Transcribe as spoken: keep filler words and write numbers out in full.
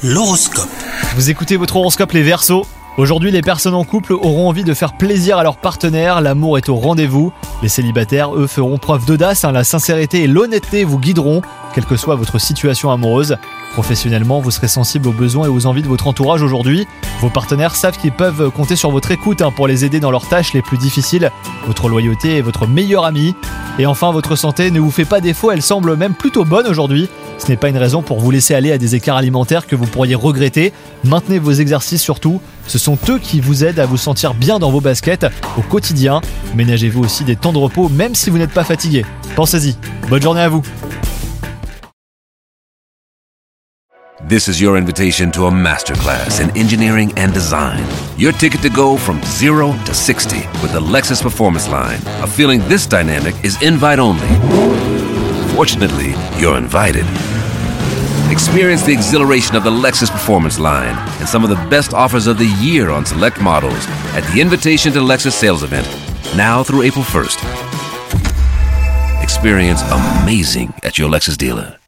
L'horoscope. Vous écoutez votre horoscope les Verseaux. Aujourd'hui, les personnes en couple auront envie de faire plaisir à leur partenaire, l'amour est au rendez-vous. Les célibataires, eux, feront preuve d'audace, hein, la sincérité et l'honnêteté vous guideront, quelle que soit votre situation amoureuse. Professionnellement, vous serez sensible aux besoins et aux envies de votre entourage aujourd'hui. Vos partenaires savent qu'ils peuvent compter sur votre écoute hein, pour les aider dans leurs tâches les plus difficiles. Votre loyauté est votre meilleur ami. Et enfin, votre santé ne vous fait pas défaut, elle semble même plutôt bonne aujourd'hui. Ce n'est pas une raison pour vous laisser aller à des écarts alimentaires que vous pourriez regretter. Maintenez vos exercices surtout. Ce sont eux qui vous aident à vous sentir bien dans vos baskets au quotidien. Ménagez-vous aussi des temps de repos même si vous n'êtes pas fatigué. Pensez-y. Bonne journée à vous. This is your invitation to a masterclass in engineering and design. Your ticket to go from zero to sixty with the Lexus Performance Line. A feeling this dynamic is invite only. Fortunately, you're invited. Experience the exhilaration of the Lexus Performance Line and some of the best offers of the year on select models at the Invitation to Lexus sales event, now through April first. Experience amazing at your Lexus dealer.